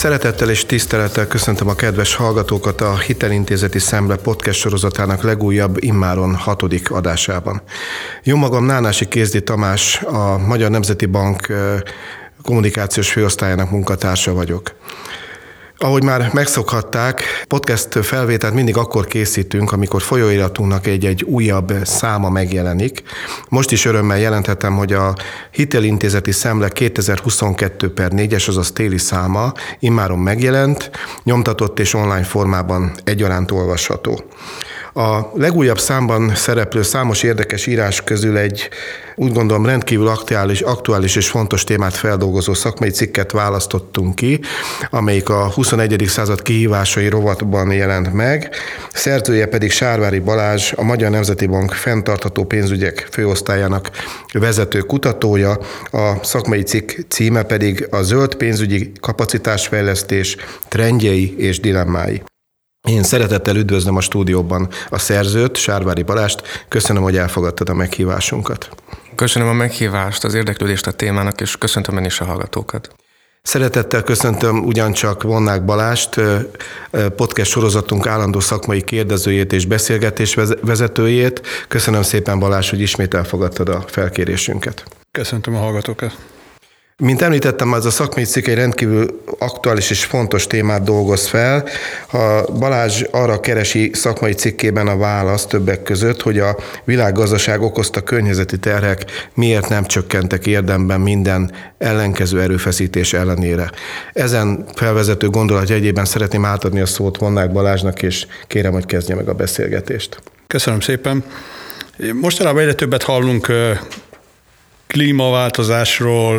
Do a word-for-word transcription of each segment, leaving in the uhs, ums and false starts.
Szeretettel és tisztelettel köszöntöm a kedves hallgatókat a Hitelintézeti Szemle podcast sorozatának legújabb, immáron hatodik adásában. Jó magam, Nánási Kézdi Tamás, a Magyar Nemzeti Bank kommunikációs főosztályának munkatársa vagyok. Ahogy már megszokhatták, podcast felvételt mindig akkor készítünk, amikor folyóiratunknak egy-egy újabb száma megjelenik. Most is örömmel jelenthetem, hogy a Hitelintézeti Szemle kétezer-huszonkettő per négyes, azaz téli száma immáron megjelent, nyomtatott és online formában egyaránt olvasható. A legújabb számban szereplő számos érdekes írás közül egy, úgy gondolom, rendkívül aktuális, aktuális és fontos témát feldolgozó szakmai cikket választottunk ki, amelyik a huszonegyedik század kihívásai rovatban jelent meg. Szerzője pedig Sárvári Balázs, a Magyar Nemzeti Bank fenntartható pénzügyek főosztályának vezető kutatója, a szakmai cikk címe pedig a zöld pénzügyi kapacitásfejlesztés trendjei és dilemmái. Én szeretettel üdvözlöm a stúdióban a szerzőt, Sárvári Balást. Köszönöm, hogy elfogadtad a meghívásunkat. Köszönöm a meghívást, az érdeklődést a témának, és köszöntöm én is a hallgatókat. Szeretettel köszöntöm ugyancsak Vonnák Balást, podcast sorozatunk állandó szakmai kérdezőjét és beszélgetés vezetőjét. Köszönöm szépen, Balázs, hogy ismét elfogadtad a felkérésünket. Köszöntöm a hallgatókat. Mint említettem, ez a szakmai cikk egy rendkívül aktuális és fontos témát dolgoz fel. Ha Balázs arra keresi szakmai cikkében a választ többek között, hogy a világgazdaság okozta környezeti terhek miért nem csökkentek érdemben minden ellenkező erőfeszítés ellenére. Ezen felvezető gondolat jegyében szeretném átadni a szót Vonnák Balázsnak, és kérem, hogy kezdje meg a beszélgetést. Köszönöm szépen. Mostanában egyre többet hallunk klímaváltozásról,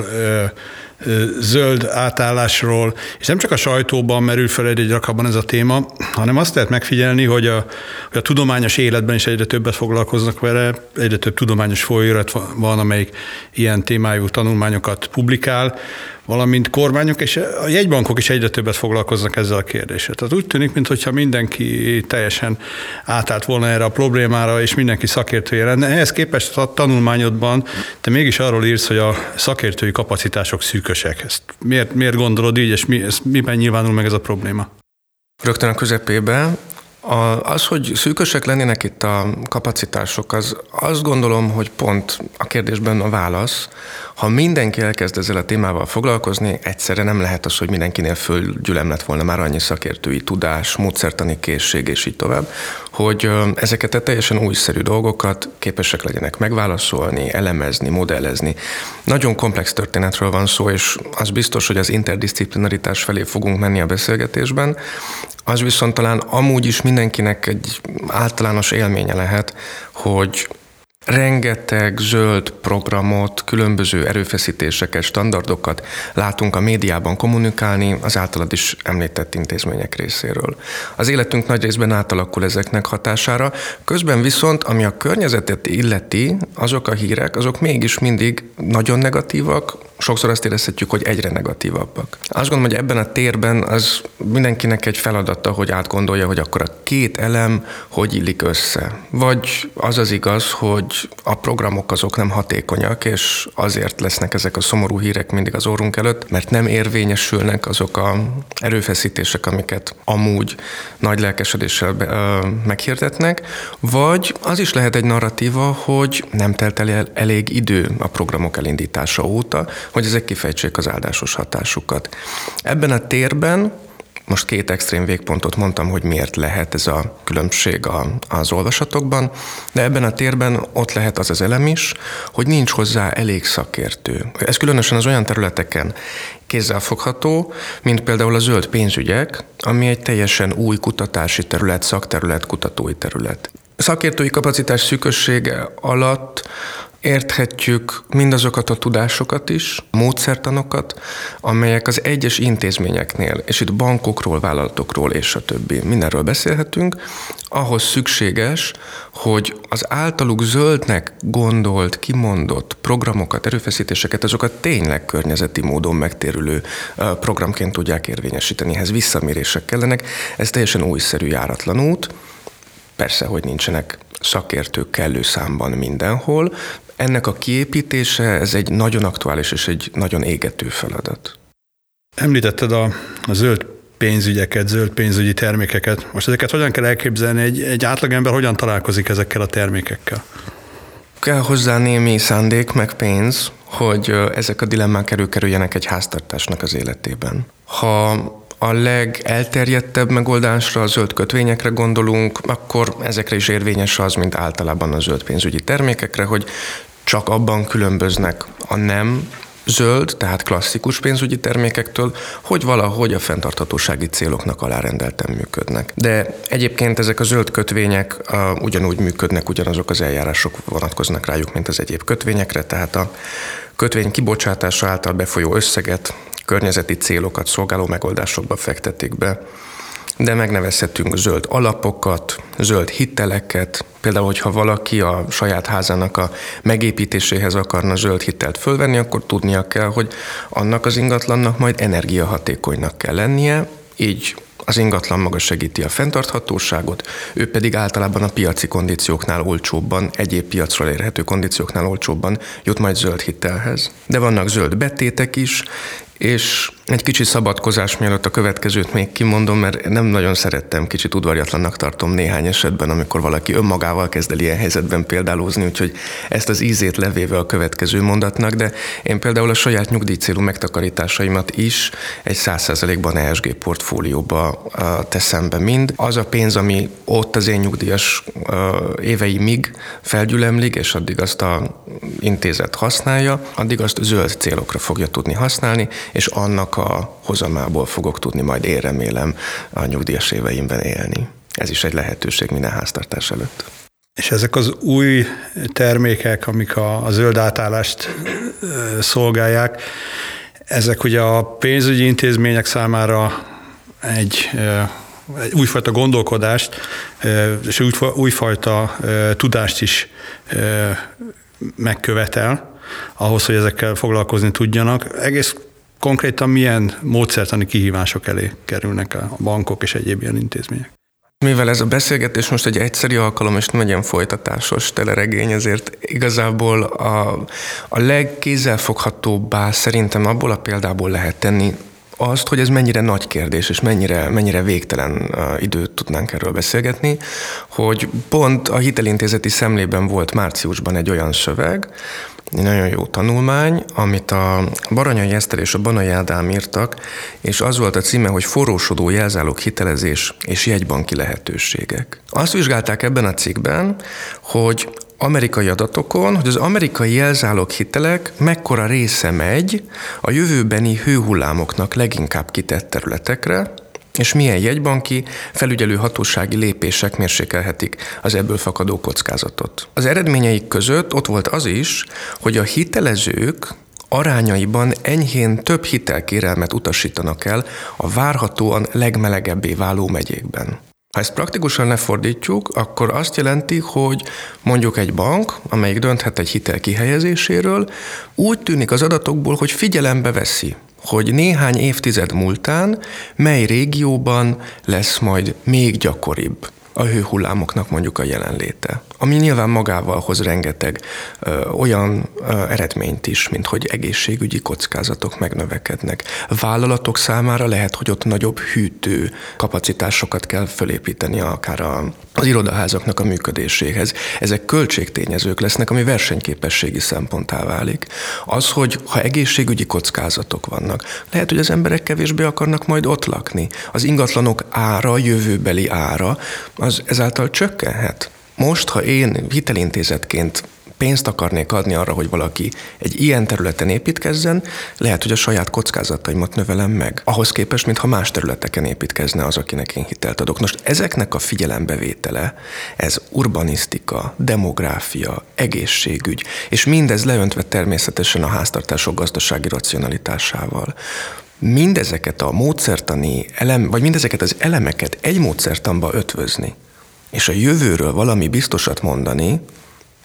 zöld átállásról, és nem csak a sajtóban merül fel egyre gyakrabban ez a téma, hanem azt lehet megfigyelni, hogy a, hogy a tudományos életben is egyre többet foglalkoznak vele, egyre több tudományos folyóirat van, amelyik ilyen témájú tanulmányokat publikál, valamint kormányok és a jegybankok is egyre többet foglalkoznak ezzel a kérdéssel. Tehát úgy tűnik, mintha mindenki teljesen átállt volna erre a problémára, és mindenki szakértője lenne. Ehhez képest a tanulmányodban te mégis arról írsz, hogy a szakértői kapacitások szűkösek. Ezt miért, miért gondolod így, és mi, ez, miben nyilvánul meg ez a probléma? Rögtön a közepébe. Az, hogy szűkösek lennének itt a kapacitások, az azt gondolom, hogy pont a kérdésben a válasz. Ha mindenki elkezd ezzel a témával foglalkozni, egyszerre nem lehet az, hogy mindenkinél fölgyülem lett volna már annyi szakértői tudás, módszertani készség és így tovább, hogy ezeket a teljesen újszerű dolgokat képesek legyenek megválaszolni, elemezni, modellezni. Nagyon komplex történetről van szó, és az biztos, hogy az interdisziplinaritás felé fogunk menni a beszélgetésben. Az viszont talán amúgy is mindenkinek egy általános élménye lehet, hogy rengeteg zöld programot, különböző erőfeszítéseket, standardokat látunk a médiában kommunikálni az általad is említett intézmények részéről. Az életünk nagy részben átalakul ezeknek hatására, közben viszont, ami a környezetet illeti, azok a hírek, azok mégis mindig nagyon negatívak, sokszor azt érezhetjük, hogy egyre negatívabbak. Azt gondolom, hogy ebben a térben az mindenkinek egy feladata, hogy átgondolja, hogy akkor a két elem hogy illik össze. Vagy az az igaz, hogy a programok azok nem hatékonyak, és azért lesznek ezek a szomorú hírek mindig az orrunk előtt, mert nem érvényesülnek azok az erőfeszítések, amiket amúgy nagy lelkesedéssel ö, meghirdetnek. Vagy az is lehet egy narratíva, hogy nem telt el elég idő a programok elindítása óta, hogy ezek kifejtsék az áldásos hatásukat. Ebben a térben most két extrém végpontot mondtam, hogy miért lehet ez a különbség az olvasatokban, de ebben a térben ott lehet az az elem is, hogy nincs hozzá elég szakértő. Ez különösen az olyan területeken kézzelfogható, mint például a zöld pénzügyek, ami egy teljesen új kutatási terület, szakterület, kutatói terület. Szakértői kapacitás szűkössége alatt érthetjük mindazokat a tudásokat is, módszertanokat, amelyek az egyes intézményeknél, és itt bankokról, vállalatokról és a többi, mindenről beszélhetünk, ahhoz szükséges, hogy az általuk zöldnek gondolt, kimondott programokat, erőfeszítéseket, azokat tényleg környezeti módon megtérülő programként tudják érvényesíteni. Ehhez visszamérések kellenek. Ez teljesen újszerű, járatlan út. Persze, hogy nincsenek szakértők kellő számban mindenhol. Ennek a kiépítése, ez egy nagyon aktuális és egy nagyon égető feladat. Említetted a, a zöld pénzügyeket, zöld pénzügyi termékeket. Most ezeket hogyan kell elképzelni? Egy, egy átlagember hogyan találkozik ezekkel a termékekkel? Kell hozzá némi szándék, meg pénz, hogy ezek a dilemmák előkerüljenek egy háztartásnak az életében. Ha a legelterjedtebb megoldásra, a zöld kötvényekre gondolunk, akkor ezekre is érvényes az, mint általában a zöld pénzügyi termékekre, hogy csak abban különböznek a nem zöld, tehát klasszikus pénzügyi termékektől, hogy valahogy a fenntarthatósági céloknak alárendelten működnek. De egyébként ezek a zöld kötvények uh, ugyanúgy működnek, ugyanazok az eljárások vonatkoznak rájuk, mint az egyéb kötvényekre, tehát a kötvény kibocsátása által befolyó összeget környezeti célokat szolgáló megoldásokba fektetik be, de megnevezhetünk zöld alapokat, zöld hiteleket, például, hogyha valaki a saját házának a megépítéséhez akarna zöld hitelt fölvenni, akkor tudnia kell, hogy annak az ingatlannak majd energiahatékonynak kell lennie, így az ingatlan maga segíti a fenntarthatóságot, ő pedig általában a piaci kondícióknál olcsóbban, egyéb piacról érhető kondícióknál olcsóbban jut majd zöld hitelhez. De vannak zöld betétek is, és egy kicsi szabadkozás mielőtt a következőt még kimondom, mert nem nagyon szerettem, kicsit udvariatlannak tartom néhány esetben, amikor valaki önmagával kezd el ilyen helyzetben példálózni, úgyhogy ezt az ízét levéve a következő mondatnak, de én például a saját nyugdíjcélú megtakarításaimat is egy száz százalékban E S G portfólióba teszem be mind. Az a pénz, ami ott az én nyugdíjas éveimig felgyülemlik, és addig azt a intézet használja, addig azt zöld célokra fogja tudni használni, és annak a hozamából fogok tudni majd, én remélem, a nyugdíjas éveimben élni. Ez is egy lehetőség minden háztartás előtt. És ezek az új termékek, amik a, a zöld átállást szolgálják, ezek ugye a pénzügyi intézmények számára egy, egy újfajta gondolkodást és újfajta tudást is megkövetel, ahhoz, hogy ezekkel foglalkozni tudjanak. Egész konkrétan milyen módszertani kihívások elé kerülnek a bankok és egyéb ilyen intézmények? Mivel ez a beszélgetés most egy egyszerű alkalom, és nem egy ilyen folytatásos teleregény, ezért igazából a, a legkézzelfoghatóbbá szerintem abból a példából lehet tenni azt, hogy ez mennyire nagy kérdés, és mennyire, mennyire végtelen időt tudnánk erről beszélgetni, hogy pont a hitelintézeti szemlében volt márciusban egy olyan szöveg, egy nagyon jó tanulmány, amit a Baranyai Eszter és a Banai Ádám írtak, és az volt a címe, hogy forrósodó jelzálog hitelezés és jegybanki lehetőségek. Azt vizsgálták ebben a cikkben, hogy amerikai adatokon, hogy az amerikai jelzálog hitelek mekkora része megy a jövőbeni hőhullámoknak leginkább kitett területekre, és milyen jegybanki, felügyelő hatósági lépések mérsékelhetik az ebből fakadó kockázatot. Az eredményeik között ott volt az is, hogy a hitelezők arányaiban enyhén több hitelkérelmet utasítanak el a várhatóan legmelegebbé váló megyékben. Ha ezt praktikusan lefordítjuk, akkor azt jelenti, hogy mondjuk egy bank, amelyik dönthet egy hitel kihelyezéséről, úgy tűnik az adatokból, hogy figyelembe veszi, hogy néhány évtized múltán mely régióban lesz majd még gyakoribb a hőhullámoknak mondjuk a jelenléte. Ami nyilván magával hoz rengeteg ö, olyan ö, eredményt is, mint hogy egészségügyi kockázatok megnövekednek. Vállalatok számára lehet, hogy ott nagyobb hűtő kapacitásokat kell fölépíteni akár a, az irodaházaknak a működéséhez. Ezek költségtényezők lesznek, ami versenyképességi szemponttá válik. Az, hogy ha egészségügyi kockázatok vannak, lehet, hogy az emberek kevésbé akarnak majd ott lakni. Az ingatlanok ára, jövőbeli ára, az ezáltal csökkenhet. Most, ha én hitelintézetként pénzt akarnék adni arra, hogy valaki egy ilyen területen építkezzen, lehet, hogy a saját kockázataimat növelem meg. Ahhoz képest, mintha más területeken építkezne az, akinek én hitelt adok. Most ezeknek a figyelembevétele, ez urbanisztika, demográfia, egészségügy, és mindez leöntve természetesen a háztartások gazdasági racionalitásával. Mindezeket a módszertani elem, vagy mindezeket az elemeket egy módszertanba ötvözni, és a jövőről valami biztosat mondani,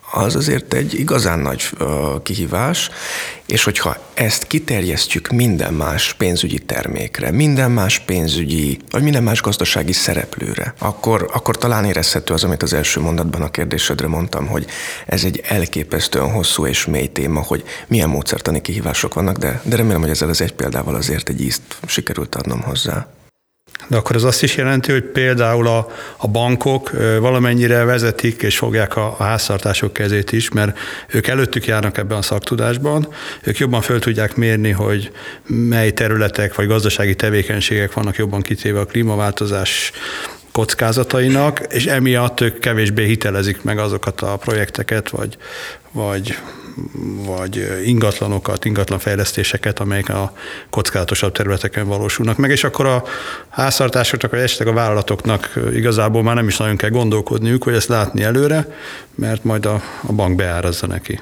az azért egy igazán nagy uh, kihívás, és hogyha ezt kiterjesztjük minden más pénzügyi termékre, minden más pénzügyi, vagy minden más gazdasági szereplőre, akkor, akkor talán érezhető az, amit az első mondatban a kérdésedre mondtam, hogy ez egy elképesztően hosszú és mély téma, hogy milyen módszertani kihívások vannak, de, de remélem, hogy ezzel az egy példával azért egy ízt sikerült adnom hozzá. De akkor ez azt is jelenti, hogy például a, a bankok valamennyire vezetik és fogják a, a háztartások kezét is, mert ők előttük járnak ebben a szaktudásban, ők jobban föl tudják mérni, hogy mely területek vagy gazdasági tevékenységek vannak jobban kitéve a klímaváltozás kockázatainak, és emiatt ők kevésbé hitelezik meg azokat a projekteket, vagy, vagy, vagy ingatlanokat, ingatlanfejlesztéseket, amelyek a kockázatosabb területeken valósulnak meg, és akkor a háztartásoknak, vagy esetleg a vállalatoknak igazából már nem is nagyon kell gondolkodniuk, hogy ezt látni előre, mert majd a, a bank beárazza neki.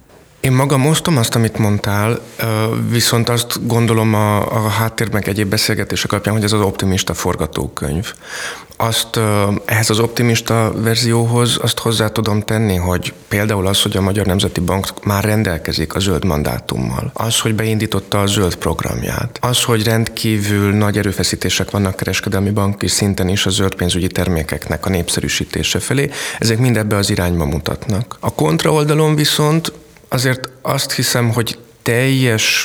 Én magam osztom azt, amit mondtál, viszont azt gondolom a, a háttér meg egyéb beszélgetések alapján, hogy ez az optimista forgatókönyv. Azt ehhez az optimista verzióhoz azt hozzá tudom tenni, hogy például az, hogy a Magyar Nemzeti Bank már rendelkezik a zöld mandátummal, az, hogy beindította a zöld programját, az, hogy rendkívül nagy erőfeszítések vannak kereskedelmi banki szinten is a zöld pénzügyi termékeknek a népszerűsítése felé, ezek mind ebbe az irányba mutatnak. A kontraoldalon viszont azért azt hiszem, hogy teljes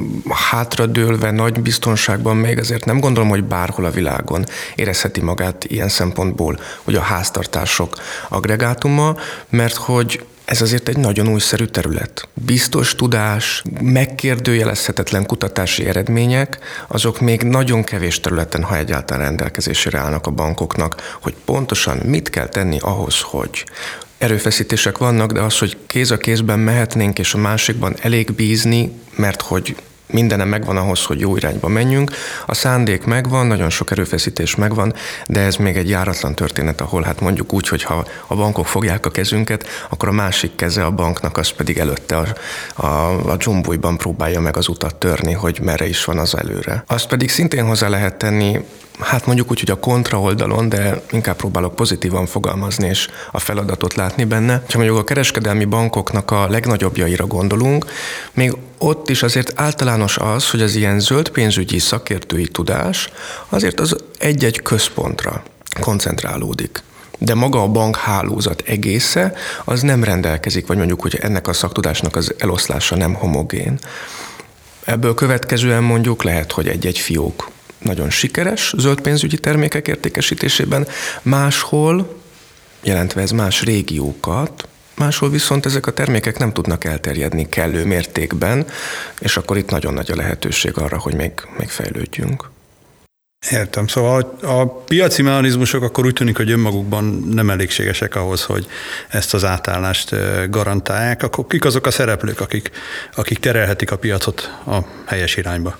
hátradőlve, nagy biztonságban még azért nem gondolom, hogy bárhol a világon érezheti magát ilyen szempontból, hogy a háztartások agregátuma, mert hogy ez azért egy nagyon újszerű terület. Biztos tudás, megkérdőjelezhetetlen kutatási eredmények, azok még nagyon kevés területen, ha egyáltalán rendelkezésére állnak a bankoknak, hogy pontosan mit kell tenni ahhoz, hogy erőfeszítések vannak, de az, hogy kéz a kézben mehetnénk, és a másikban elég bízni, mert hogy mindenem megvan ahhoz, hogy jó irányba menjünk. A szándék megvan, nagyon sok erőfeszítés megvan, de ez még egy járatlan történet, ahol hát mondjuk úgy, hogy ha a bankok fogják a kezünket, akkor a másik keze a banknak, az pedig előtte a, a, a dzsumbújban próbálja meg az utat törni, hogy merre is van az előre. Azt pedig szintén hozzá lehet tenni, hát mondjuk úgy, hogy a kontra oldalon, de inkább próbálok pozitívan fogalmazni és a feladatot látni benne. Ha mondjuk a kereskedelmi bankoknak a legnagyobbjaira gondolunk, még ott is azért általános az, hogy az ilyen zöld pénzügyi szakértői tudás azért az egy-egy központra koncentrálódik. De maga a bankhálózat egésze az nem rendelkezik, vagy mondjuk, hogy ennek a szaktudásnak az eloszlása nem homogén. Ebből következően mondjuk lehet, hogy egy-egy fiók nagyon sikeres zöld pénzügyi termékek értékesítésében, máshol, jelentve ez más régiókat, máshol viszont ezek a termékek nem tudnak elterjedni kellő mértékben, és akkor itt nagyon nagy a lehetőség arra, hogy még, még fejlődjünk. Értem. Szóval a piaci mechanizmusok akkor úgy tűnik, hogy önmagukban nem elégségesek ahhoz, hogy ezt az átállást garantálják. Akkor kik azok a szereplők, akik, akik terelhetik a piacot a helyes irányba?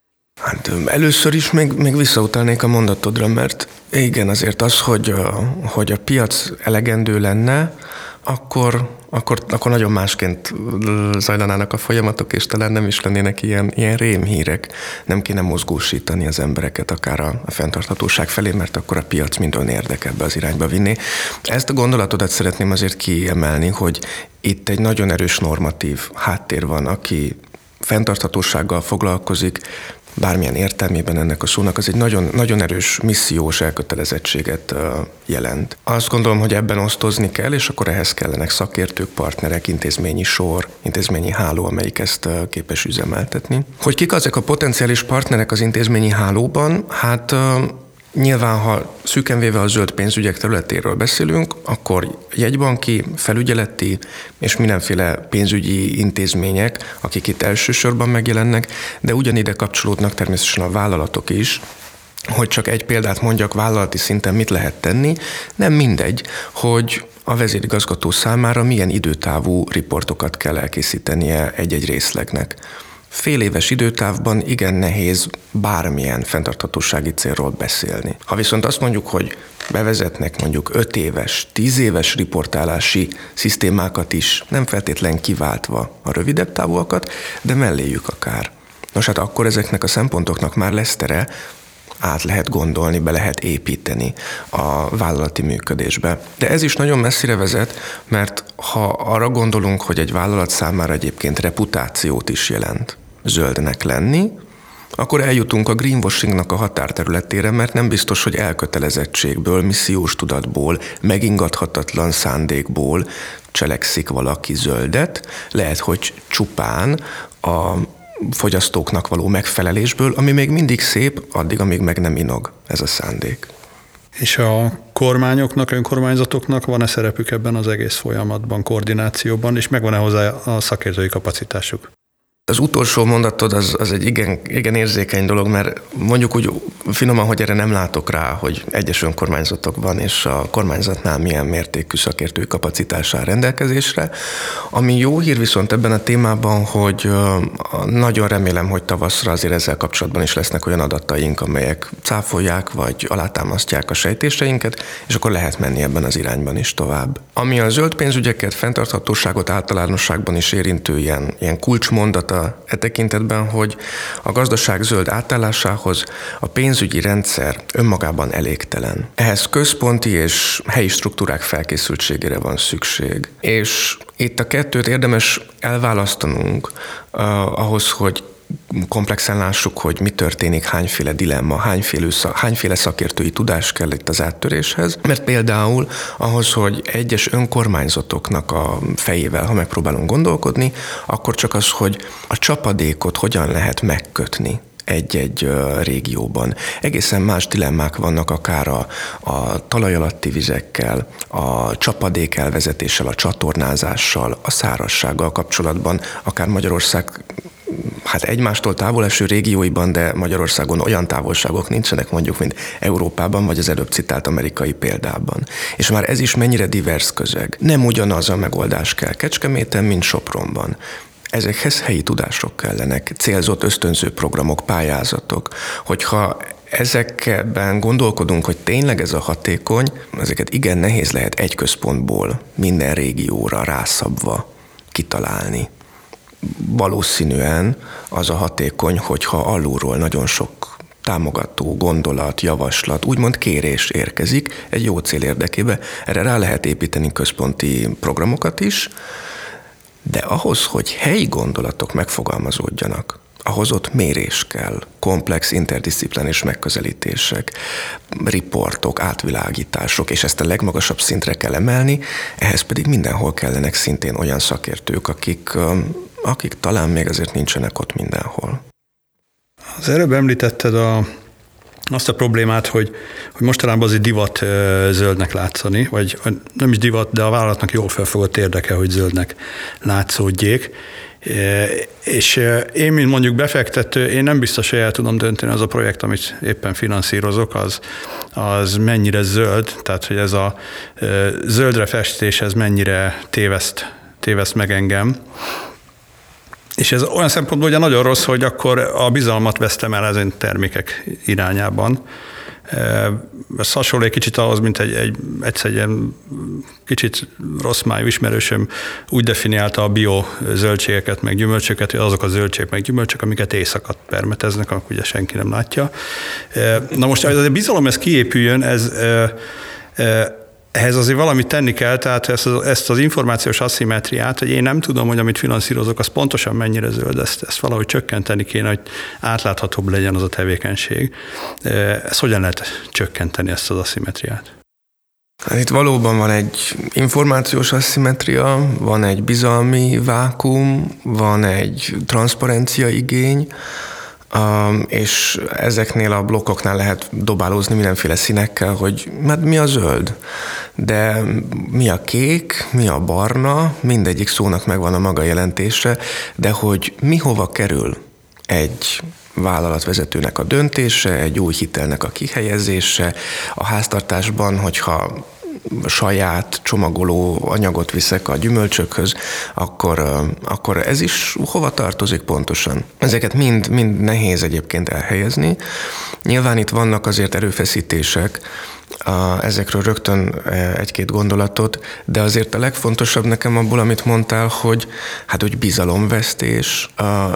Hát először is még, még visszautalnék a mondatodra, mert igen, azért az, hogy a, hogy a piac elegendő lenne, akkor, akkor, akkor nagyon másként zajlanának a folyamatok, és talán nem is lennének ilyen, ilyen rémhírek. Nem kéne mozgósítani az embereket akár a, a fenntarthatóság felé, mert akkor a piac minden érdek ebbe az irányba vinni. Ezt a gondolatodat szeretném azért kiemelni, hogy itt egy nagyon erős normatív háttér van, aki fenntarthatósággal foglalkozik, bármilyen értelmében ennek a szónak, az egy nagyon, nagyon erős missziós elkötelezettséget jelent. Azt gondolom, hogy ebben osztozni kell, és akkor ehhez kellenek szakértők, partnerek, intézményi sor, intézményi háló, amelyik ezt képes üzemeltetni. Hogy kik ezek a potenciális partnerek az intézményi hálóban? Hát nyilván, ha szűken véve a zöld pénzügyek területéről beszélünk, akkor jegybanki, felügyeleti és mindenféle pénzügyi intézmények, akik itt elsősorban megjelennek, de ugyanide kapcsolódnak természetesen a vállalatok is, hogy csak egy példát mondjak, vállalati szinten mit lehet tenni, nem mindegy, hogy a vezérigazgató számára milyen időtávú riportokat kell elkészítenie egy-egy részlegnek. Fél éves időtávban igen nehéz bármilyen fenntarthatósági célról beszélni. Ha viszont azt mondjuk, hogy bevezetnek mondjuk öt éves, tíz éves riportálási szisztémákat is, nem feltétlen kiváltva a rövidebb távúakat, de melléjük akár. Nos hát akkor ezeknek a szempontoknak már lesz tere át lehet gondolni, be lehet építeni a vállalati működésbe. De ez is nagyon messzire vezet, mert ha arra gondolunk, hogy egy vállalat számára egyébként reputációt is jelent zöldnek lenni, akkor eljutunk a greenwashingnak a határterületére, mert nem biztos, hogy elkötelezettségből, missziós tudatból, megingathatatlan szándékból cselekszik valaki zöldet. Lehet, hogy csupán a fogyasztóknak való megfelelésből, ami még mindig szép, addig, amíg meg nem inog ez a szándék. És a kormányoknak, önkormányzatoknak van-e szerepük ebben az egész folyamatban, koordinációban, és megvan-e hozzá a szakértői kapacitásuk? Az utolsó mondatod az, az egy igen, igen érzékeny dolog, mert mondjuk úgy finoman, hogy erre nem látok rá, hogy egyes önkormányzatokban és a kormányzatnál milyen mértékű szakértői kapacitás áll rendelkezésre. Ami jó hír viszont ebben a témában, hogy nagyon remélem, hogy tavaszra azért ezzel kapcsolatban is lesznek olyan adataink, amelyek cáfolják vagy alátámasztják a sejtéseinket, és akkor lehet menni ebben az irányban is tovább. Ami a zöld pénzügyeket, fenntarthatóságot általánosságban is érintő ilyen, ilyen kulcsmondat e tekintetben, hogy a gazdaság zöld átállásához a pénzügyi rendszer önmagában elégtelen. Ehhez központi és helyi struktúrák felkészültségére van szükség. És itt a kettőt érdemes elválasztanunk uh, ahhoz, hogy komplexen lássuk, hogy mi történik, hányféle dilemma, hányféle, hányféle szakértői tudás kell itt az áttöréshez. Mert például ahhoz, hogy egyes önkormányzatoknak a fejével, ha megpróbálunk gondolkodni, akkor csak az, hogy a csapadékot hogyan lehet megkötni egy-egy régióban. Egészen más dilemmák vannak akár a, a talaj alatti vizekkel, a csapadék elvezetéssel, a csatornázással, a szárazsággal kapcsolatban, akár Magyarország hát egymástól távol eső régióiban, de Magyarországon olyan távolságok nincsenek mondjuk, mint Európában, vagy az előbb citált amerikai példában. És már ez is mennyire divers közeg. Nem ugyanaz a megoldás kell Kecskeméten, mint Sopronban. Ezekhez helyi tudások kellenek, célzott ösztönző programok, pályázatok. Hogyha ezekben gondolkodunk, hogy tényleg ez a hatékony, ezeket igen nehéz lehet egy központból minden régióra rászabva kitalálni. Valószínűen az a hatékony, hogyha alulról nagyon sok támogató gondolat, javaslat, úgymond kérés érkezik egy jó cél érdekébe. Erre rá lehet építeni központi programokat is, de ahhoz, hogy helyi gondolatok megfogalmazódjanak, ahhoz ott mérés kell, komplex, interdisziplináris megközelítések, riportok, átvilágítások, és ezt a legmagasabb szintre kell emelni, ehhez pedig mindenhol kellenek szintén olyan szakértők, akik, akik talán még azért nincsenek ott mindenhol. Az előbb említetted a, azt a problémát, hogy, hogy mostanában azért divat zöldnek látszani, vagy nem is divat, de a vállalatnak jól felfogott érdeke, hogy zöldnek látszódjék. És én, mint mondjuk befektető, én nem biztos, hogy el tudom dönteni, az a projekt, amit éppen finanszírozok, az, az mennyire zöld, tehát hogy ez a zöldre festés, ez mennyire téveszt, téveszt meg engem. És ez olyan szempontból ugye nagyon rossz, hogy akkor a bizalmat vesztem el ezen termékek irányában. Ez hasonló egy kicsit ahhoz, mint egy, egy, egyszer egy ilyen kicsit rossz májú ismerősöm úgy definiálta a bio zöldségeket, meg gyümölcsöket, hogy azok a zöldségek, meg gyümölcsök, amiket éjszakat permeteznek, akkor ugye senki nem látja. Na most, hogy a bizalom ez kiépüljön, ez ehhez azért valamit tenni kell, tehát ezt az, ezt az információs aszimmetriát, hogy én nem tudom, hogy amit finanszírozok, az pontosan mennyire zöld, ezt, ezt valahogy csökkenteni kéne, hogy átláthatóbb legyen az a tevékenység. Ezt hogyan lehet csökkenteni, ezt az aszimmetriát? Hát itt valóban van egy információs aszimmetria, van egy bizalmi vákuum, van egy transzparencia igény, és ezeknél a blokkoknál lehet dobálózni mindenféle színekkel, hogy hát mi a zöld, de mi a kék, mi a barna, mindegyik szónak megvan a maga jelentése, de hogy mi hova kerül egy vállalatvezetőnek a döntése, egy új hitelnek a kihelyezése, a háztartásban, hogyha saját csomagoló anyagot viszek a gyümölcsökhöz, akkor, akkor ez is hova tartozik pontosan? Ezeket mind, mind nehéz egyébként elhelyezni. Nyilván itt vannak azért erőfeszítések ezekről rögtön egy-két gondolatot, de azért a legfontosabb nekem abból, amit mondtál, hogy hát, hogy bizalomvesztés.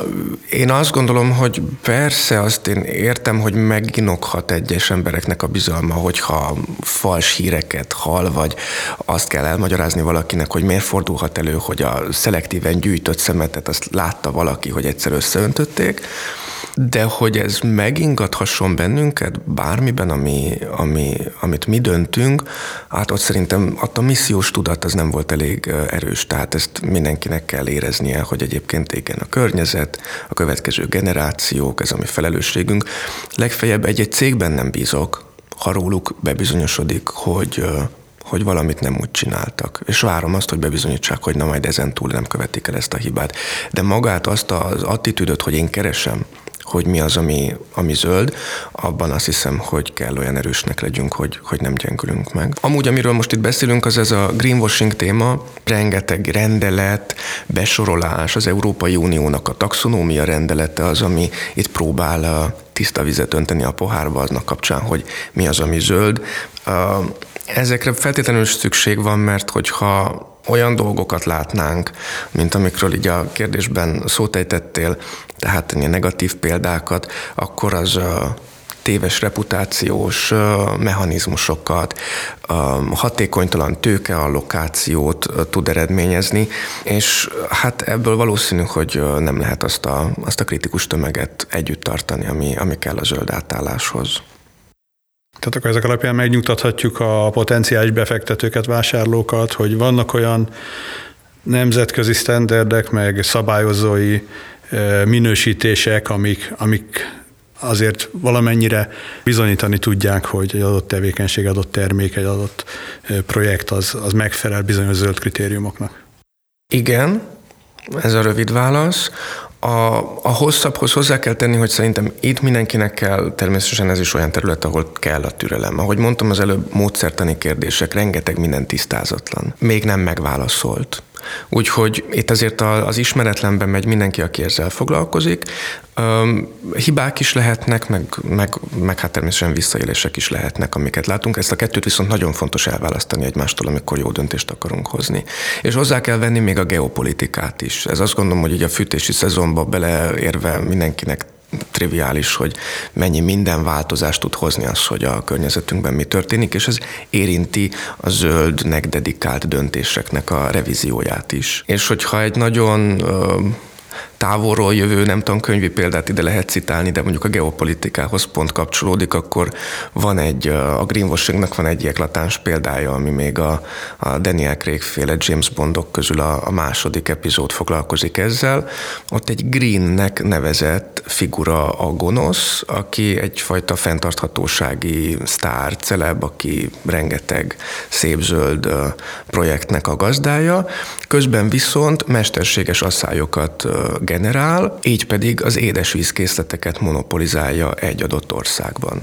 Én azt gondolom, hogy persze azt én értem, hogy meginokhat egyes embereknek a bizalma, hogyha fals híreket hall, vagy azt kell elmagyarázni valakinek, hogy miért fordulhat elő, hogy a szelektíven gyűjtött szemetet azt látta valaki, hogy egyszer összeöntötték. De hogy ez megingathasson bennünket bármiben, ami, ami, amit mi döntünk, hát ott szerintem ott a missziós tudat az nem volt elég erős, tehát ezt mindenkinek kell éreznie, hogy egyébként igen, a környezet, a következő generációk, ez a mi felelősségünk. Legfeljebb egy-egy cégben nem bízok, ha róluk bebizonyosodik, hogy hogy valamit nem úgy csináltak. És várom azt, hogy bebizonyítsák, hogy na majd ezentúl nem követik el ezt a hibát. De magát azt az attitűdöt, hogy én keresem, hogy mi az, ami, ami zöld, abban azt hiszem, hogy kell olyan erősnek legyünk, hogy, hogy nem gyengülünk meg. Amúgy, amiről most itt beszélünk, az ez a greenwashing téma, rengeteg rendelet, besorolás, az Európai Uniónak a taxonómia rendelete az, ami itt próbál tiszta vizet önteni a pohárba aznak kapcsán, hogy mi az, ami zöld. Ezekre feltétlenül szükség van, mert hogyha olyan dolgokat látnánk, mint amikről így a kérdésben szót ejtettél, tehát ilyen negatív példákat, akkor az téves reputációs mechanizmusokat, hatékonytalan tőkeallokációt tud eredményezni, és hát ebből valószínű, hogy nem lehet azt a, azt a kritikus tömeget együtt tartani, ami, ami kell a zöld átálláshoz. Tehát akkor ezek alapján megnyugtathatjuk a potenciális befektetőket, vásárlókat, hogy vannak olyan nemzetközi sztenderdek, meg szabályozói minősítések, amik, amik azért valamennyire bizonyítani tudják, hogy egy adott tevékenység, adott termék, egy adott projekt az, az megfelel bizonyos zöld kritériumoknak. Igen, ez a rövid válasz. A, a hosszabbhoz hozzá kell tenni, hogy szerintem itt mindenkinek kell, természetesen ez is olyan terület, ahol kell a türelem. Ahogy mondtam az előbb, módszertani kérdések, rengeteg minden tisztázatlan. Még nem megválaszolt. Úgyhogy itt azért az ismeretlenben megy mindenki, aki ezzel foglalkozik. Hibák is lehetnek, meg, meg, meg hát természetesen visszaélések is lehetnek, amiket látunk. Ezt a kettőt viszont nagyon fontos elválasztani egymástól, amikor jó döntést akarunk hozni. És hozzá kell venni még a geopolitikát is. Ez azt gondolom, hogy így a fűtési szezonba beleérve mindenkinek triviális, hogy mennyi minden változást tud hozni az, hogy a környezetünkben mi történik, és ez érinti a zöldnek dedikált döntéseknek a revízióját is. És hogyha egy nagyon távolról jövő, nem tudom, könyvi példát ide lehet citálni, de mondjuk a geopolitikához pont kapcsolódik, akkor van egy, a greenwashingnak van egy eklatáns példája, ami még a, a Daniel Craig-féle James Bondok közül a, a második epizód foglalkozik ezzel. Ott egy Greennek nevezett figura a gonosz, aki egyfajta fenntarthatósági sztár, celeb, aki rengeteg szép zöld projektnek a gazdája, közben viszont mesterséges asszályokat generál, így pedig az édesvízkészleteket monopolizálja egy adott országban.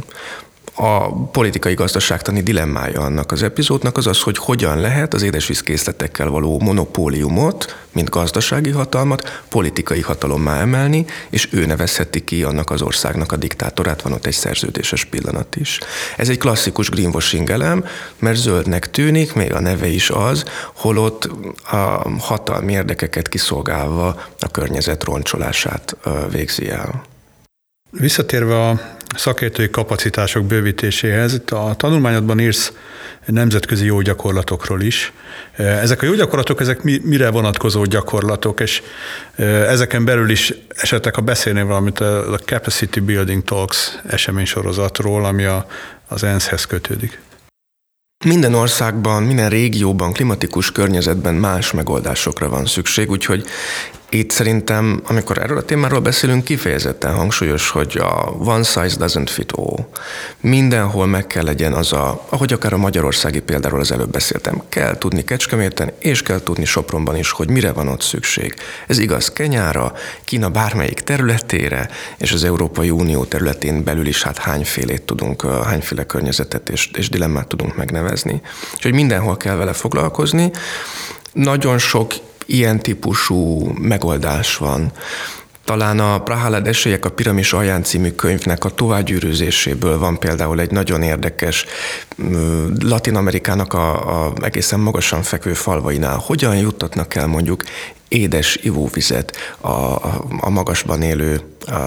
A politikai gazdaságtani dilemmája annak az epizódnak az az, hogy hogyan lehet az édesvízkészletekkel való monopóliumot, mint gazdasági hatalmat, politikai hatalommá emelni, és ő nevezheti ki annak az országnak a diktátorát, van ott egy szerződéses pillanat is. Ez egy klasszikus greenwashing elem, mert zöldnek tűnik, még a neve is az, holott a hatalmi érdekeket kiszolgálva a környezet roncsolását végzi el. Visszatérve a szakértői kapacitások bővítéséhez, itt a tanulmányodban írsz nemzetközi jó gyakorlatokról is. Ezek a jó gyakorlatok, ezek mire vonatkozó gyakorlatok, és ezeken belül is esetleg, ha beszélnél valamit a Capacity Building Talks eseménysorozatról, ami a, az ENSZ-hez kötődik. Minden országban, minden régióban, klimatikus környezetben más megoldásokra van szükség, úgyhogy itt szerintem, amikor erről a témáról beszélünk, kifejezetten hangsúlyos, hogy a one size doesn't fit all. Mindenhol meg kell legyen az a, ahogy akár a magyarországi példáról az előbb beszéltem, kell tudni Kecskeméten, és kell tudni Sopronban is, hogy mire van ott szükség. Ez igaz Kenyára, Kína bármelyik területére, és az Európai Unió területén belül is hát hányfélét tudunk, hányféle környezetet és, és dilemmát tudunk megnevezni. Úgyhogy mindenhol kell vele foglalkozni. Nagyon sok ilyen típusú megoldás van. Talán a Prahalad esélyek a piramis alján című könyvnek a továbbgyűrűzéséből van például egy nagyon érdekes Latin-Amerikának a, a egészen magasan fekvő falvainál. Hogyan juttatnak el mondjuk édes ivóvizet a, a magasban élő a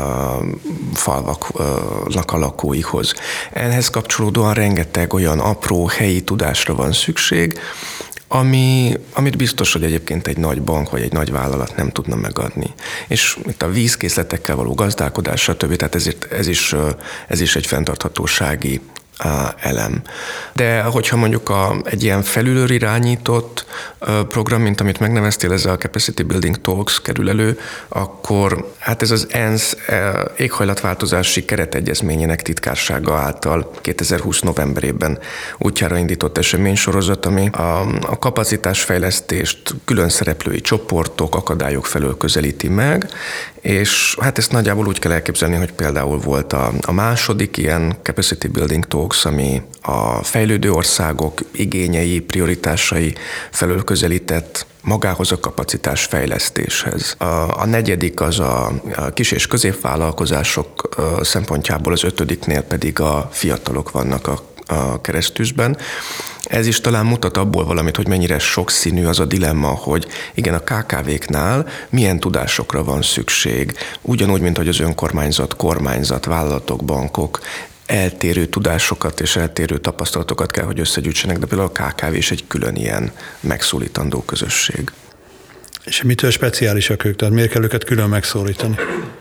falvaknak a lakóihoz. Ehhez kapcsolódóan rengeteg olyan apró helyi tudásra van szükség, Ami, amit biztos, hogy egyébként egy nagy bank vagy egy nagy vállalat nem tudna megadni. És itt a vízkészletekkel való gazdálkodás, stb. Tehát ezért, ez, is, ez is egy fenntarthatósági elem. De hogyha mondjuk a, egy ilyen felülről irányított program, mint amit megneveztél, ez a Capacity Building Talks kerül elő, akkor hát ez az ENSZ éghajlatváltozási keretegyezményének titkársága által kétezer-húsz novemberében útjára indított eseménysorozat, ami a, a kapacitásfejlesztést külön szereplői csoportok, akadályok felől közelíti meg, és hát ezt nagyjából úgy kell elképzelni, hogy például volt a, a második ilyen Capacity Building Talks, ami a fejlődő országok igényei, prioritásai felől közelített magához a kapacitás fejlesztéshez. A, a negyedik az a, a kis- és középvállalkozások szempontjából, az ötödiknél pedig a fiatalok vannak a, a keresztüzben. Ez is talán mutat abból valamit, hogy mennyire sokszínű az a dilemma, hogy igen, a ká ká véknál milyen tudásokra van szükség, ugyanúgy, mint hogy az önkormányzat, kormányzat, vállalatok, bankok eltérő tudásokat és eltérő tapasztalatokat kell, hogy összegyűjtsenek, de például a ká ká vé is egy külön ilyen megszólítandó közösség. És mitől speciálisak ők? Tehát miért kell őket külön megszólítani?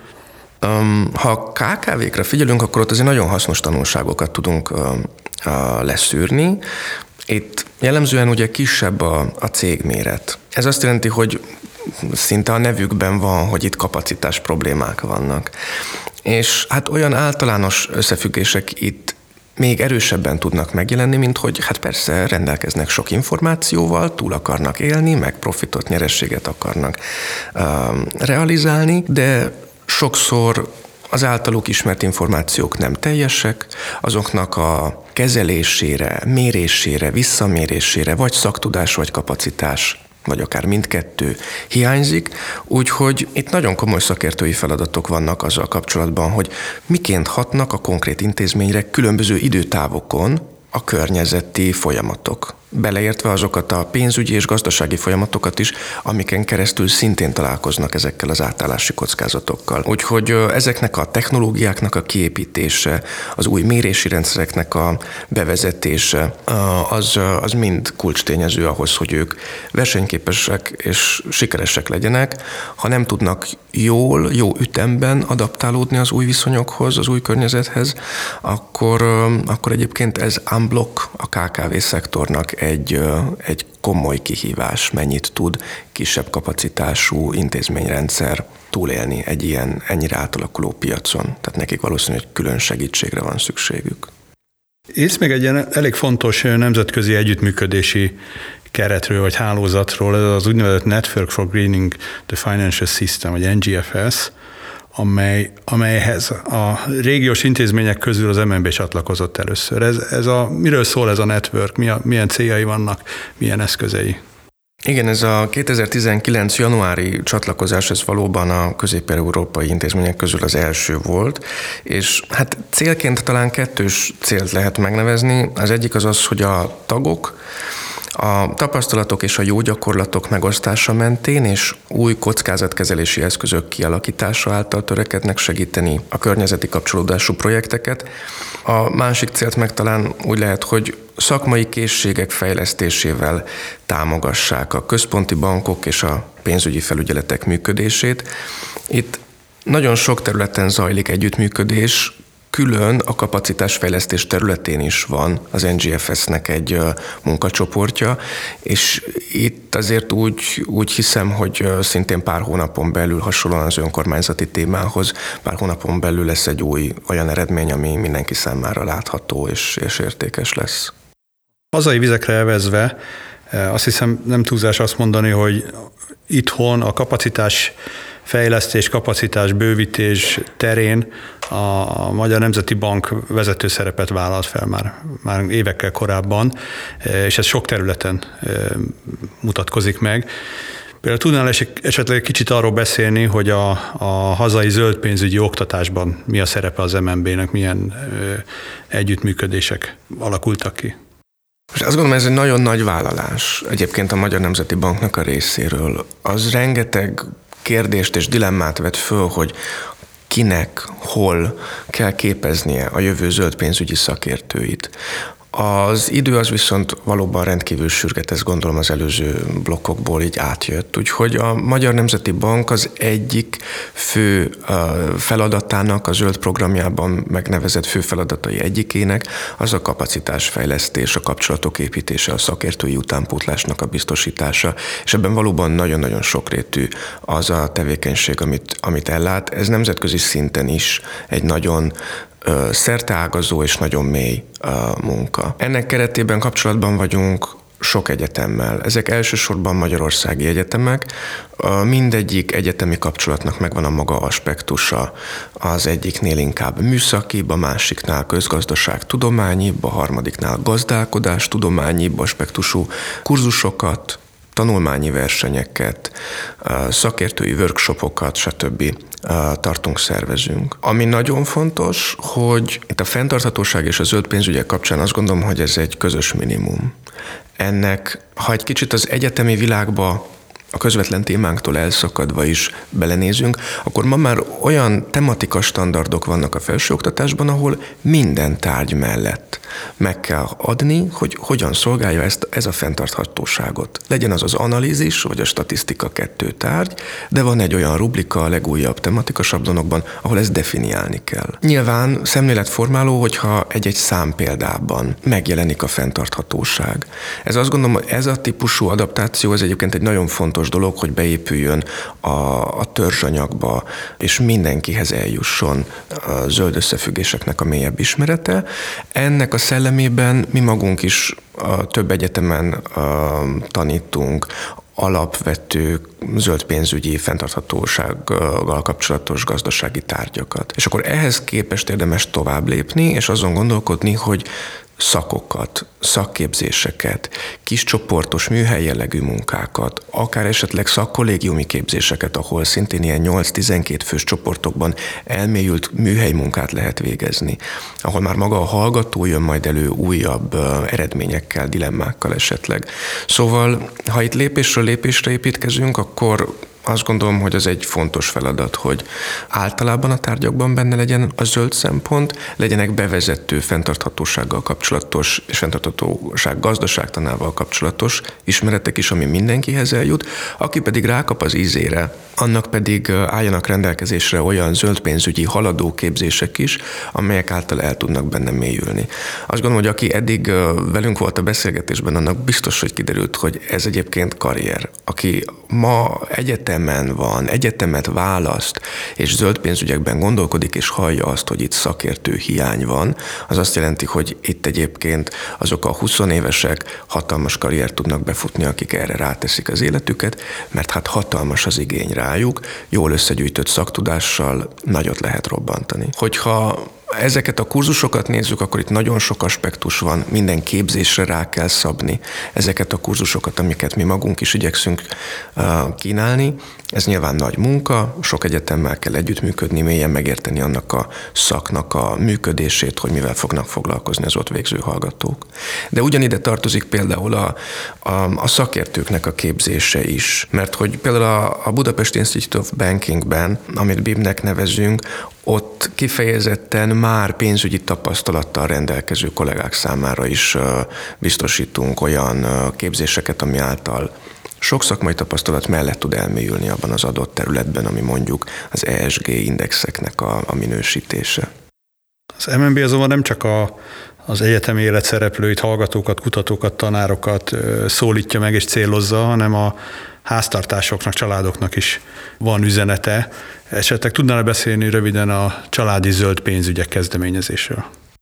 Um, ha a ká ká vékre figyelünk, akkor ott azért nagyon hasznos tanulságokat tudunk uh, uh, leszűrni. Itt jellemzően ugye kisebb a, a cégméret. Ez azt jelenti, hogy szinte a nevükben van, hogy itt kapacitás problémák vannak. És hát olyan általános összefüggések itt még erősebben tudnak megjelenni, mint hogy hát persze rendelkeznek sok információval, túl akarnak élni, meg profitot, nyerességet akarnak uh, realizálni, de sokszor az általuk ismert információk nem teljesek, azoknak a kezelésére, mérésére, visszamérésére, vagy szaktudás, vagy kapacitás, vagy akár mindkettő hiányzik, úgyhogy itt nagyon komoly szakértői feladatok vannak azzal kapcsolatban, hogy miként hatnak a konkrét intézményre különböző időtávokon a környezeti folyamatok, beleértve azokat a pénzügyi és gazdasági folyamatokat is, amiken keresztül szintén találkoznak ezekkel az átállási kockázatokkal. Úgyhogy ezeknek a technológiáknak a kiépítése, az új mérési rendszereknek a bevezetése, az, az mind kulcstényező ahhoz, hogy ők versenyképesek és sikeresek legyenek. Ha nem tudnak jól, jó ütemben adaptálódni az új viszonyokhoz, az új környezethez, akkor, akkor egyébként ez unblock a ká ká vé szektornak egy, egy komoly kihívás, mennyit tud kisebb kapacitású intézményrendszer túlélni egy ilyen ennyire átalakuló piacon. Tehát nekik valószínűleg külön segítségre van szükségük. Ész még egy ilyen elég fontos nemzetközi együttműködési keretről vagy hálózatról, ez az úgynevezett Network for Greening the Financial System, vagy en gé ef es, amely, amelyhez a régiós intézmények közül az em en bé csatlakozott először. Ez, ez a, miről szól ez a network, mi a, milyen céljai vannak, milyen eszközei? Igen, ez a kétezer-tizenkilenc januári csatlakozás, ez valóban a közép-európai intézmények közül az első volt, és hát célként talán kettős célt lehet megnevezni. Az egyik az az, hogy a tagok a tapasztalatok és a jó gyakorlatok megosztása mentén és új kockázatkezelési eszközök kialakítása által törekednek segíteni a környezeti kapcsolódású projekteket. A másik célt meg talán úgy lehet, hogy szakmai készségek fejlesztésével támogassák a központi bankok és a pénzügyi felügyeletek működését. Itt nagyon sok területen zajlik együttműködés, külön a kapacitásfejlesztés területén is van az en gé ef es-nek egy munkacsoportja, és itt azért úgy, úgy hiszem, hogy szintén pár hónapon belül, hasonlóan az önkormányzati témához, pár hónapon belül lesz egy új olyan eredmény, ami mindenki számára látható és, és értékes lesz. Hazai vizekre elvezve, azt hiszem nem túlzás azt mondani, hogy itthon a kapacitás fejlesztés, kapacitás bővítés terén a Magyar Nemzeti Bank vezető szerepet vállalt fel már, már évekkel korábban, és ez sok területen mutatkozik meg. Például tudnál esetleg kicsit arról beszélni, hogy a, a hazai zöld pénzügyi oktatásban mi a szerepe az em en bé-nek, milyen ö, együttműködések alakultak ki? Most azt gondolom, ez egy nagyon nagy vállalás egyébként a Magyar Nemzeti Banknak a részéről. Az rengeteg kérdést és dilemmát vet föl, hogy kinek, hol kell képeznie a jövő zöld pénzügyi szakértőit. Az idő az viszont valóban rendkívül sürget, ezt gondolom az előző blokkokból így átjött. Úgyhogy a Magyar Nemzeti Bank az egyik fő feladatának, a zöld programjában megnevezett fő feladatai egyikének az a kapacitásfejlesztés, a kapcsolatok építése, a szakértői utánpótlásnak a biztosítása, és ebben valóban nagyon-nagyon sokrétű az a tevékenység, amit, amit ellát. Ez nemzetközi szinten is egy nagyon szerteágazó és nagyon mély munka. Ennek keretében kapcsolatban vagyunk sok egyetemmel. Ezek elsősorban magyarországi egyetemek. Mindegyik egyetemi kapcsolatnak megvan a maga aspektusa. Az egyiknél inkább műszakibb, a másiknál közgazdaságtudományibb, a harmadiknál gazdálkodástudományibb aspektusú kurzusokat, tanulmányi versenyeket, szakértői workshopokat, stb. Tartunk, szervezünk. Ami nagyon fontos, hogy itt a fenntarthatóság és a zöld pénzügyek kapcsán azt gondolom, hogy ez egy közös minimum. Ennek, ha egy kicsit az egyetemi világba a közvetlen témánktól elszakadva is belenézünk, akkor ma már olyan tematika standardok vannak a felsőoktatásban, ahol minden tárgy mellett meg kell adni, hogy hogyan szolgálja ezt, ez a fenntarthatóságot. Legyen az az analízis, vagy a statisztika kettő tárgy, de van egy olyan rubrika a legújabb tematika sablonokban, ahol ezt definiálni kell. Nyilván szemléletformáló, hogyha egy-egy szám példában megjelenik a fenntarthatóság. Ez azt gondolom, hogy ez a típusú adaptáció, ez egyébként egy nagyon fontos dolog, hogy beépüljön a, a törzsanyagba, és mindenkihez eljusson a zöld összefüggéseknek a mélyebb ismerete. Ennek a szellemében mi magunk is a több egyetemen a, tanítunk alapvető zöld pénzügyi fenntarthatósággal kapcsolatos gazdasági tárgyakat. És akkor ehhez képest érdemes tovább lépni, és azon gondolkodni, hogy szakokat, szakképzéseket, kiscsoportos műhely jellegű munkákat, akár esetleg szakkollégiumi képzéseket, ahol szintén ilyen nyolc-tizenkét fős csoportokban elmélyült műhely munkát lehet végezni, ahol már maga a hallgató jön majd elő újabb eredményekkel, dilemmákkal esetleg. Szóval, ha itt lépésről lépésre építkezünk, akkor azt gondolom, hogy az egy fontos feladat, hogy általában a tárgyakban benne legyen a zöld szempont, legyenek bevezető fenntarthatósággal kapcsolatos és fenntarthatóság gazdaságtanával kapcsolatos ismeretek is, ami mindenkihez eljut, aki pedig rákap az ízére, annak pedig álljanak rendelkezésre olyan zöld pénzügyi haladó képzések is, amelyek által el tudnak benne mélyülni. Azt gondolom, hogy aki eddig velünk volt a beszélgetésben, annak biztos, hogy kiderült, hogy ez egyébként karrier. Aki ma egyetemen van, egyetemet választ, és zöld pénzügyekben gondolkodik, és hallja azt, hogy itt szakértő hiány van, az azt jelenti, hogy itt egyébként azok a huszonévesek hatalmas karriert tudnak befutni, akik erre ráteszik az életüket, mert hát hatalmas az igény rájuk, jól összegyűjtött szaktudással nagyot lehet robbantani. Hogyha ezeket a kurzusokat nézzük, akkor itt nagyon sok aspektus van, minden képzésre rá kell szabni ezeket a kurzusokat, amiket mi magunk is igyekszünk kínálni. Ez nyilván nagy munka, sok egyetemmel kell együttműködni, mélyen megérteni annak a szaknak a működését, hogy mivel fognak foglalkozni az ott végző hallgatók. De ugyanide tartozik például a, a, a szakértőknek a képzése is, mert hogy például a, a Budapest Institute of Bankingben, amit bé i bé-nek nevezünk, ott kifejezetten már pénzügyi tapasztalattal rendelkező kollégák számára is biztosítunk olyan képzéseket, ami által sok szakmai tapasztalat mellett tud elmélyülni abban az adott területben, ami mondjuk az E S G indexeknek a, a minősítése. Az em en bé azonban nem csak a, az egyetemi élet szereplőit, hallgatókat, kutatókat, tanárokat szólítja meg és célozza, hanem a háztartásoknak, családoknak is van üzenete. Esetleg tudnál beszélni röviden a családi zöld pénzügyek kezdeményezésről?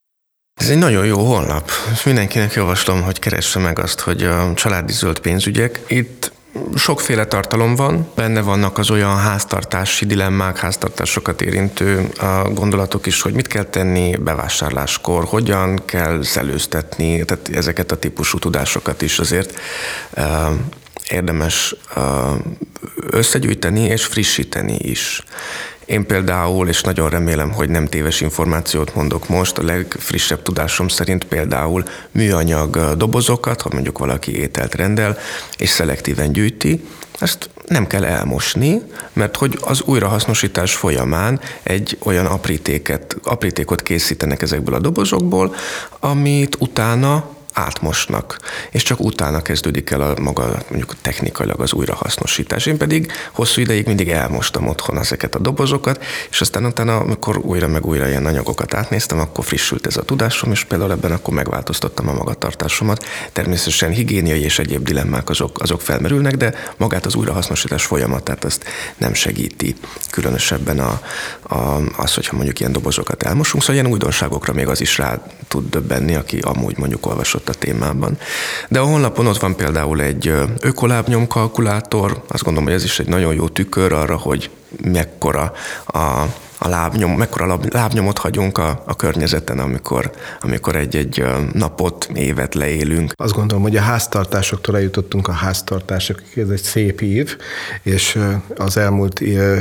Ez egy nagyon jó honlap. Mindenkinek javaslom, hogy keresse meg azt, hogy a családi zöld pénzügyek. Itt sokféle tartalom van, benne vannak az olyan háztartási dilemmák, háztartásokat érintő gondolatok is, hogy mit kell tenni bevásárláskor, hogyan kell szellőztetni, tehát ezeket a típusú tudásokat is azért érdemes összegyűjteni és frissíteni is. Én például, és nagyon remélem, hogy nem téves információt mondok most, a legfrissebb tudásom szerint például műanyag dobozokat, ha mondjuk valaki ételt rendel, és szelektíven gyűjti, ezt nem kell elmosni, mert hogy az újrahasznosítás folyamán egy olyan aprítéket, aprítékot készítenek ezekből a dobozokból, amit utána átmosnak, és csak utána kezdődik el a maga mondjuk technikailag az újrahasznosítás. Én pedig hosszú ideig mindig elmostam otthon ezeket a dobozokat, és aztán utána, amikor újra meg újra ilyen anyagokat átnéztem, akkor frissült ez a tudásom, és például ebben akkor megváltoztattam a magatartásomat. Természetesen higiéniai és egyéb dilemmák azok, azok felmerülnek, de magát az újrahasznosítás folyamatát azt nem segíti különösebben a, a, az, hogyha mondjuk ilyen dobozokat elmosunk. Szóval ilyen újdonságokra még az is rá tud döbbenni, aki amúgy mondjuk olvasott a témában. De a honlapon ott van például egy ökolábnyomkalkulátor, azt gondolom, hogy ez is egy nagyon jó tükör arra, hogy mekkora a, a lábnyom, mekkora lábnyomot hagyunk a, a környezeten, amikor, amikor egy-egy napot, évet leélünk. Azt gondolom, hogy a háztartásoktól eljutottunk a háztartásokig, ez egy szép ív, és az elmúlt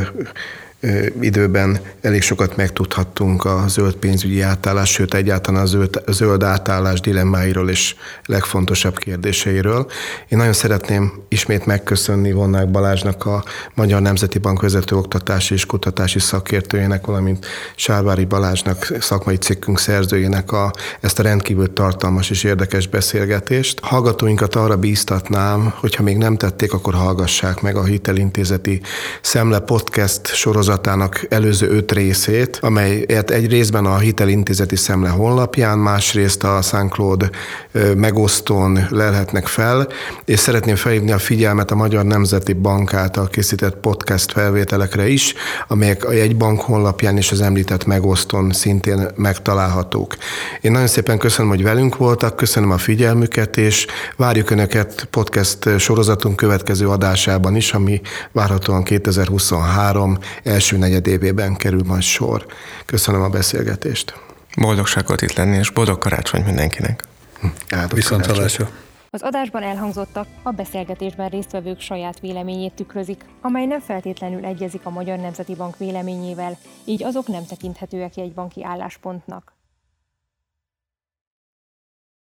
időben elég sokat megtudhattunk a zöld pénzügyi átállás, sőt egyáltalán a zöld, zöld átállás dilemmáiról és legfontosabb kérdéseiről. Én nagyon szeretném ismét megköszönni Vonnák Balázsnak, a Magyar Nemzeti Bank vezető oktatási és kutatási szakértőjének, valamint Sárvári Balázsnak, szakmai cikkünk szerzőjének a, ezt a rendkívül tartalmas és érdekes beszélgetést. Hallgatóinkat arra bíztatnám, hogyha még nem tették, akkor hallgassák meg a Hitelintézeti Szemle podcast sorozat előző öt részét, amelyet egy részben a Hitelintézeti Szemle honlapján, másrészt a SoundCloud megosztón lelhetnek fel, és szeretném felhívni a figyelmet a Magyar Nemzeti Bank által készített podcast felvételekre is, amelyek a jegybank honlapján és az említett megosztón szintén megtalálhatók. Én nagyon szépen köszönöm, hogy velünk voltak, köszönöm a figyelmüket, és várjuk Önöket podcast sorozatunk következő adásában is, ami várhatóan kétezer-huszonhárom első negyedévében kerül majd sor. Köszönöm a beszélgetést. Boldogságot itt lenni, és boldog karácsony mindenkinek. Viszonthallásra. Az adásban elhangzottak a beszélgetésben résztvevők saját véleményét tükrözik, amely nem feltétlenül egyezik a Magyar Nemzeti Bank véleményével, így azok nem tekinthetőek jegybanki álláspontnak.